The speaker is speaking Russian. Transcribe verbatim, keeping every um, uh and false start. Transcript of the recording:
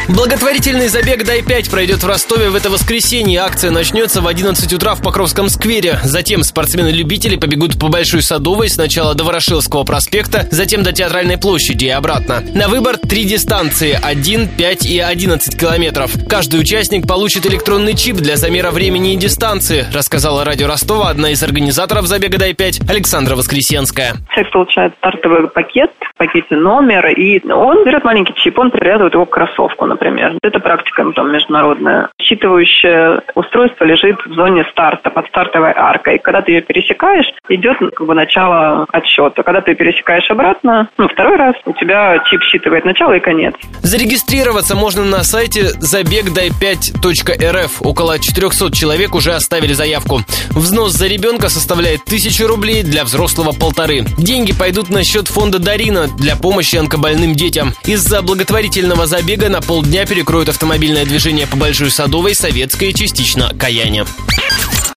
Благотворительный забег «Дай пять» пройдет в Ростове в это воскресенье. Акция начнется в одиннадцать утра в Покровском сквере. Затем спортсмены-любители побегут по Большой Садовой сначала до Ворошиловского проспекта, затем до Театральной площади и обратно. На выбор три дистанции – один, пять и одиннадцать километров. Каждый участник получит электронный чип для замера времени и дистанции, рассказала радио Ростова одна из организаторов забега «Дай пять» Александра Воскресенская. Человек получает стартовый пакет, в пакете номер, и он берет маленький чип, он привязывает его к кроссовку, например. Это практика там, международная. Считывающее устройство лежит в зоне старта, под стартовой аркой. Когда ты ее пересекаешь, идет как бы начало отсчета. Когда ты пересекаешь обратно, ну, второй раз, у тебя чип считывает начало и конец. Зарегистрироваться можно на сайте забег дай пять точка эр эф. Около четыреста человек уже оставили заявку. Взнос за ребенка составляет тысячу рублей, для взрослого полторы. Деньги пойдут на счет фонда «Дарина» для помощи онкобольным детям. Из-за благотворительного забега на полдня перекроют автомобильное движение по Большой Садовой, Советской и частично Каяне.